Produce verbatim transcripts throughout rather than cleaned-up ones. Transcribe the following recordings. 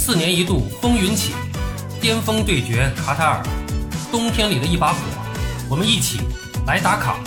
四年一度风云起，巅峰对决卡塔尔，冬天里的一把火，我们一起来打卡。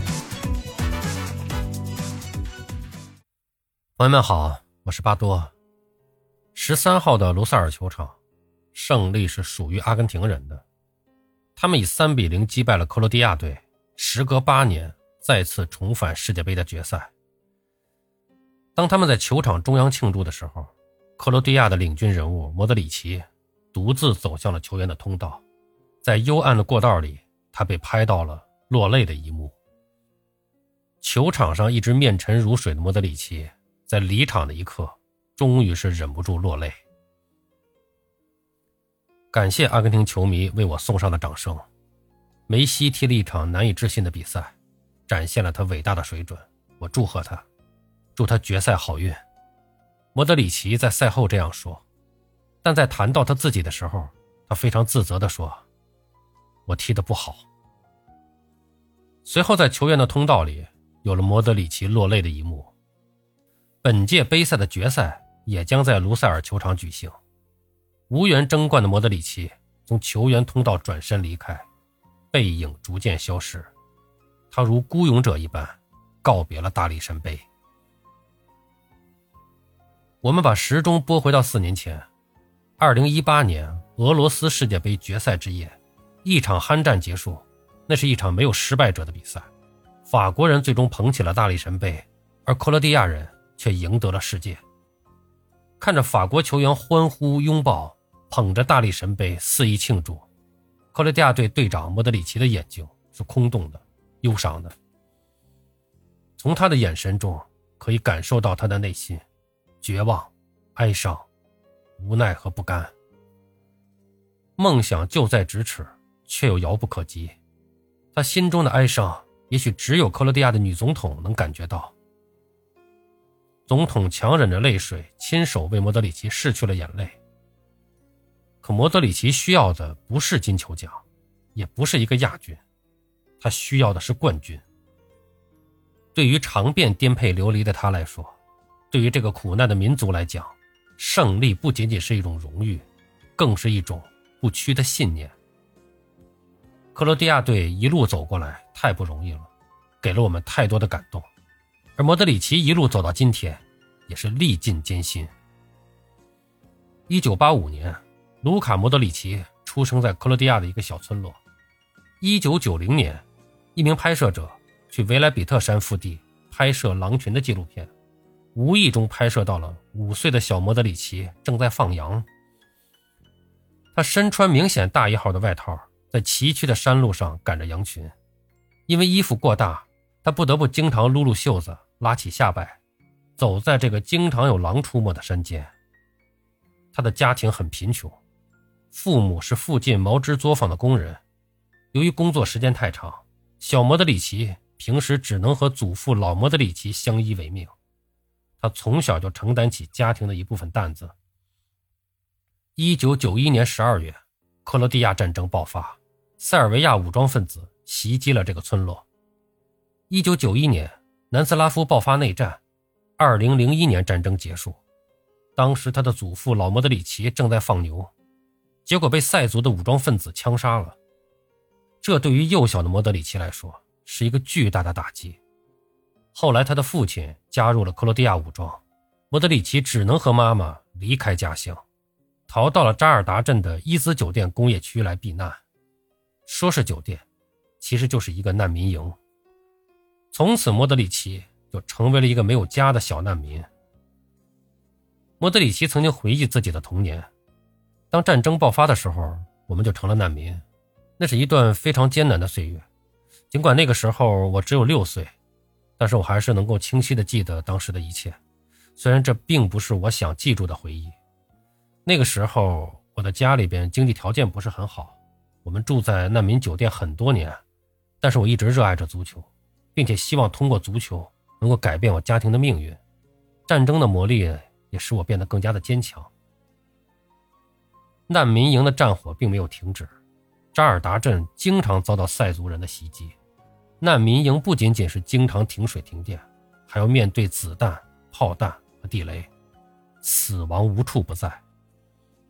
朋友们好，我是巴多。十三号的卢塞尔球场，胜利是属于阿根廷人的。他们以三比零击败了克罗地亚队，时隔八年再次重返世界杯的决赛。当他们在球场中央庆祝的时候，克罗地亚的领军人物莫德里奇独自走向了球员的通道，在幽暗的过道里，他被拍到了落泪的一幕。球场上一直面沉如水的莫德里奇，在离场的一刻终于是忍不住落泪。感谢阿根廷球迷为我送上的掌声。梅西踢了一场难以置信的比赛，展现了他伟大的水准，我祝贺他，祝他决赛好运。莫德里奇在赛后这样说，但在谈到他自己的时候，他非常自责地说，我踢得不好。随后在球员的通道里有了莫德里奇落泪的一幕。本届杯赛的决赛也将在卢塞尔球场举行。无缘争冠的莫德里奇从球员通道转身离开，背影逐渐消失，他如孤勇者一般告别了大力神杯。我们把时钟拨回到四年前，二零一八年俄罗斯世界杯决赛之夜，一场酣战结束，那是一场没有失败者的比赛。法国人最终捧起了大力神杯，而克罗地亚人却赢得了世界。看着法国球员欢呼拥抱，捧着大力神杯肆意庆祝，克罗地亚队队长莫德里奇的眼睛是空洞的，忧伤的。从他的眼神中可以感受到他的内心绝望、哀伤、无奈和不甘。梦想就在咫尺，却又遥不可及。他心中的哀伤也许只有克罗地亚的女总统能感觉到。总统强忍着泪水，亲手为莫德里奇拭去了眼泪。可莫德里奇需要的不是金球奖，也不是一个亚军，他需要的是冠军。对于尝遍颠沛流离的他来说，对于这个苦难的民族来讲，胜利不仅仅是一种荣誉，更是一种不屈的信念。克罗地亚队一路走过来太不容易了，给了我们太多的感动，而莫德里奇一路走到今天也是历尽艰辛。一九八五年，卢卡·莫德里奇出生在克罗地亚的一个小村落。一九九零年，一名拍摄者去维莱比特山腹地拍摄狼群的纪录片，无意中拍摄到了五岁的小莫德里奇正在放羊。他身穿明显大一号的外套，在崎岖的山路上赶着羊群。因为衣服过大，他不得不经常撸撸袖子，拉起下摆，走在这个经常有狼出没的山间。他的家庭很贫穷，父母是附近毛织作坊的工人。由于工作时间太长，小莫德里奇平时只能和祖父老莫德里奇相依为命。他从小就承担起家庭的一部分担子。一九九一年十二月，克罗地亚战争爆发，塞尔维亚武装分子袭击了这个村落。一九九一年，南斯拉夫爆发内战。二零零一年战争结束，当时他的祖父老莫德里奇正在放牛，结果被塞族的武装分子枪杀了。这对于幼小的莫德里奇来说是一个巨大的打击。后来他的父亲加入了克罗地亚武装，莫德里奇只能和妈妈离开家乡，逃到了扎尔达镇的伊兹酒店工业区来避难。说是酒店，其实就是一个难民营。从此莫德里奇就成为了一个没有家的小难民。莫德里奇曾经回忆自己的童年，当战争爆发的时候，我们就成了难民。那是一段非常艰难的岁月，尽管那个时候我只有六岁，但是我还是能够清晰地记得当时的一切，虽然这并不是我想记住的回忆。那个时候我的家里边经济条件不是很好，我们住在难民酒店很多年，但是我一直热爱着足球，并且希望通过足球能够改变我家庭的命运。战争的磨砺也使我变得更加的坚强。难民营的战火并没有停止，扎尔达镇经常遭到塞族人的袭击。难民营不仅仅是经常停水停电，还要面对子弹、炮弹和地雷，死亡无处不在。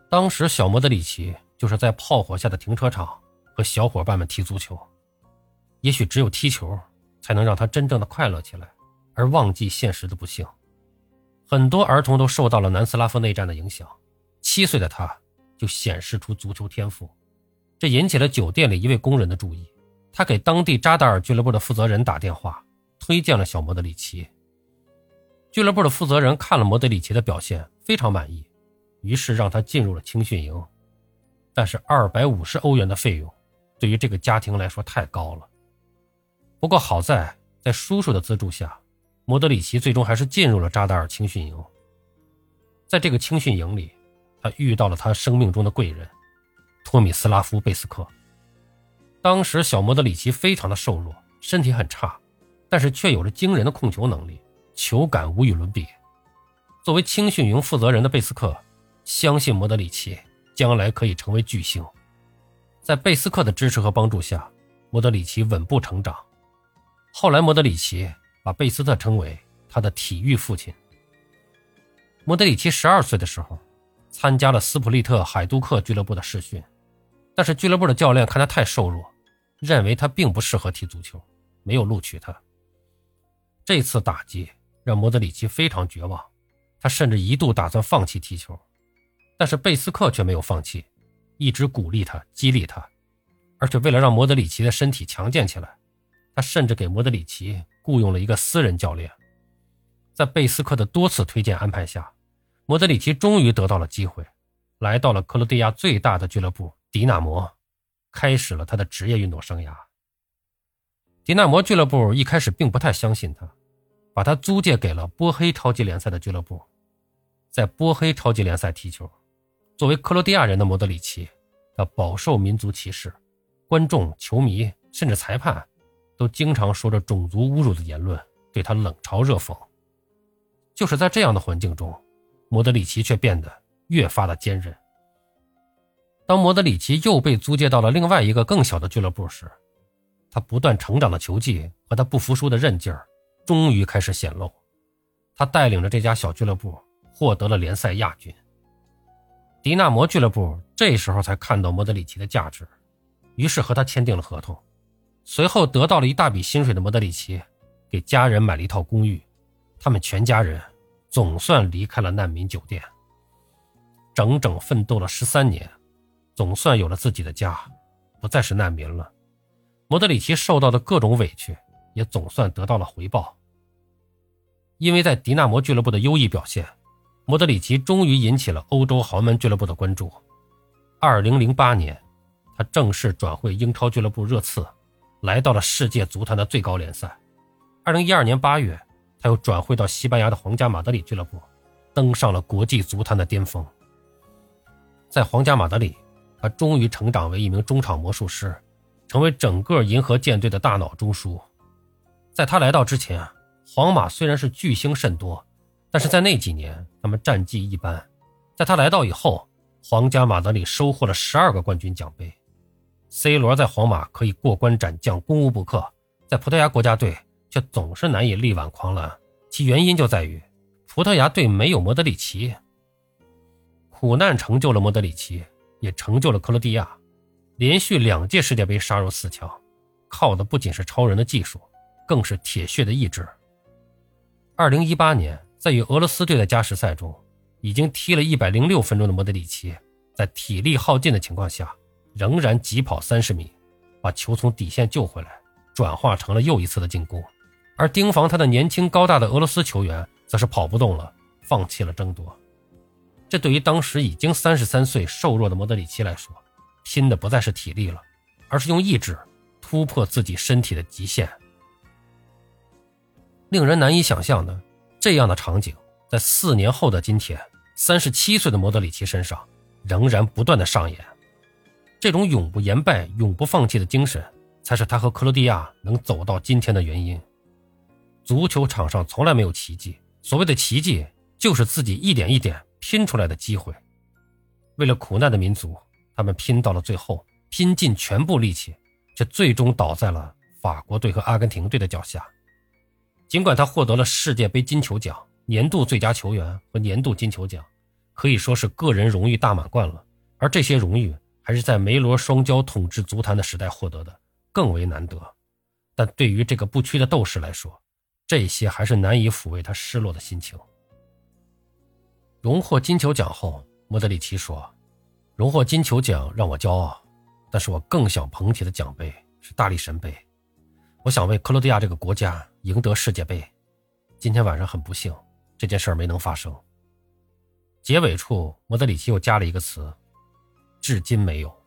当时小莫德里奇就是在炮火下的停车场和小伙伴们踢足球，也许只有踢球才能让他真正的快乐起来，而忘记现实的不幸。很多儿童都受到了南斯拉夫内战的影响，七岁的他就显示出足球天赋，这引起了酒店里一位工人的注意。他给当地扎达尔俱乐部的负责人打电话，推荐了小莫德里奇。俱乐部的负责人看了莫德里奇的表现，非常满意，于是让他进入了青训营。但是二百五十欧元的费用对于这个家庭来说太高了。不过好在在叔叔的资助下，莫德里奇最终还是进入了扎达尔青训营。在这个青训营里，他遇到了他生命中的贵人托米斯拉夫·贝斯克。当时小莫德里奇非常的瘦弱，身体很差，但是却有着惊人的控球能力，球感无与伦比。作为青训营负责人的贝斯克相信莫德里奇将来可以成为巨星。在贝斯克的支持和帮助下，莫德里奇稳步成长。后来莫德里奇把贝斯特称为他的体育父亲。莫德里奇十二岁的时候参加了斯普利特海杜克俱乐部的试训，但是俱乐部的教练看他太瘦弱，认为他并不适合踢足球，没有录取他。这次打击让莫德里奇非常绝望，他甚至一度打算放弃踢球，但是贝斯克却没有放弃，一直鼓励他，激励他。而且为了让莫德里奇的身体强健起来，他甚至给莫德里奇雇佣了一个私人教练。在贝斯克的多次推荐安排下，莫德里奇终于得到了机会，来到了克罗地亚最大的俱乐部迪纳摩，开始了他的职业运动生涯。迪纳摩俱乐部一开始并不太相信他，把他租借给了波黑超级联赛的俱乐部。在波黑超级联赛踢球，作为克罗地亚人的莫德里奇，他饱受民族歧视，观众、球迷甚至裁判都经常说着种族侮辱的言论，对他冷嘲热讽。就是在这样的环境中，莫德里奇却变得越发的坚韧。当莫德里奇又被租借到了另外一个更小的俱乐部时，他不断成长的球技和他不服输的韧劲儿终于开始显露。他带领着这家小俱乐部获得了联赛亚军。迪纳摩俱乐部这时候才看到莫德里奇的价值，于是和他签订了合同。随后得到了一大笔薪水的莫德里奇给家人买了一套公寓，他们全家人总算离开了难民酒店。整整奋斗了十三年，总算有了自己的家，不再是难民了。莫德里奇受到的各种委屈也总算得到了回报。因为在迪纳摩俱乐部的优异表现，莫德里奇终于引起了欧洲豪门俱乐部的关注。二零零八年，他正式转会英超俱乐部热刺，来到了世界足坛的最高联赛。二零一二年八月，他又转会到西班牙的皇家马德里俱乐部，登上了国际足坛的巅峰。在皇家马德里，他终于成长为一名中场魔术师，成为整个银河舰队的大脑中枢。在他来到之前，皇马虽然是巨星甚多，但是在那几年他们战绩一般。在他来到以后，皇家马德里收获了十二个冠军奖杯。 C 罗在皇马可以过关斩将，攻无不克，在葡萄牙国家队却总是难以力挽狂澜，其原因就在于葡萄牙队没有莫德里奇。苦难成就了莫德里奇，也成就了克罗地亚，连续两届世界杯杀入四强，靠的不仅是超人的技术，更是铁血的意志。二零一八年，在与俄罗斯队的加时赛中，已经踢了一百零六分钟的莫德里奇，在体力耗尽的情况下，仍然急跑三十米，把球从底线救回来，转化成了又一次的进攻。而盯防他的年轻高大的俄罗斯球员则是跑不动了，放弃了争夺。这对于当时已经三十三岁瘦弱的莫德里奇来说，拼的不再是体力了，而是用意志突破自己身体的极限。令人难以想象的，这样的场景在四年后的今天，三十七岁的莫德里奇身上仍然不断的上演。这种永不言败、永不放弃的精神，才是他和克罗地亚能走到今天的原因。足球场上从来没有奇迹，所谓的奇迹就是自己一点一点拼出来的机会。为了苦难的民族，他们拼到了最后，拼尽全部力气，却最终倒在了法国队和阿根廷队的脚下。尽管他获得了世界杯金球奖、年度最佳球员和年度金球奖， 可以说是个人荣誉大满贯了，而这些荣誉还是在梅罗双骄统治足坛的时代获得的，更为难得。但对于这个不屈的斗士来说，这些还是难以抚慰他失落的心情。荣获金球奖后，莫德里奇说，荣获金球奖让我骄傲，但是我更想捧起的奖杯是大力神杯，我想为克罗地亚这个国家赢得世界杯。今天晚上很不幸，这件事没能发生。结尾处莫德里奇又加了一个词，至今没有。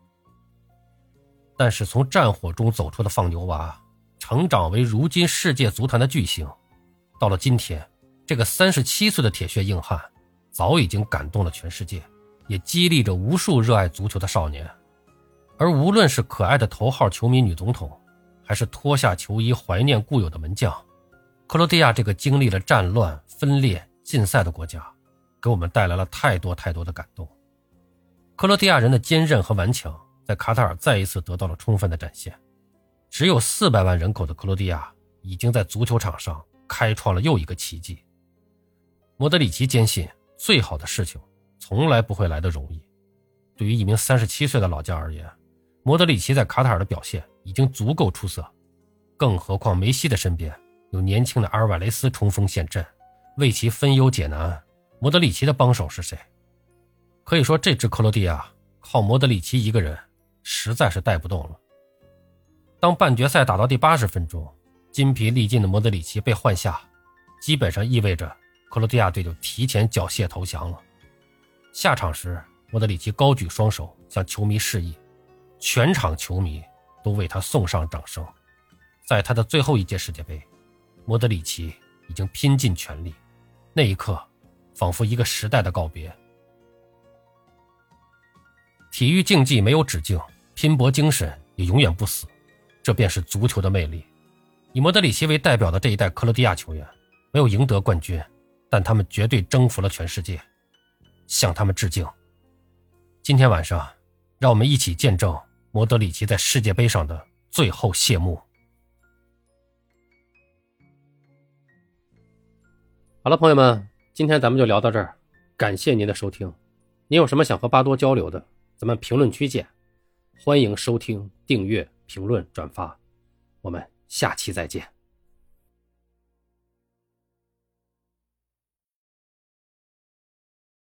但是从战火中走出的放牛娃，成长为如今世界足坛的巨星，到了今天，这个三十七岁的铁血硬汉早已经感动了全世界，也激励着无数热爱足球的少年。而无论是可爱的头号球迷女总统，还是脱下球衣怀念故友的门将，克罗地亚这个经历了战乱、分裂、禁赛的国家，给我们带来了太多太多的感动。克罗地亚人的坚韧和顽强在卡塔尔再一次得到了充分的展现。只有四百万人口的克罗地亚已经在足球场上开创了又一个奇迹。莫德里奇坚信，最好的事情从来不会来得容易。对于一名三十七岁的老将而言，莫德里奇在卡塔尔的表现已经足够出色，更何况梅西的身边有年轻的阿尔瓦雷斯冲锋陷阵，为其分忧解难。莫德里奇的帮手是谁？可以说这支克罗地亚靠莫德里奇一个人实在是带不动了。当半决赛打到第八十分钟，筋疲力尽的莫德里奇被换下，基本上意味着克罗地亚队就提前缴械投降了。下场时，莫德里奇高举双手向球迷示意，全场球迷都为他送上掌声。在他的最后一届世界杯，莫德里奇已经拼尽全力，那一刻仿佛一个时代的告别。体育竞技没有止境，拼搏精神也永远不死，这便是足球的魅力。以莫德里奇为代表的这一代克罗地亚球员没有赢得冠军，但他们绝对征服了全世界，向他们致敬。今天晚上，让我们一起见证莫德里奇在世界杯上的最后谢幕。好了，朋友们，今天咱们就聊到这儿，感谢您的收听。您有什么想和巴多交流的，咱们评论区见。欢迎收听、订阅、评论、转发，我们下期再见。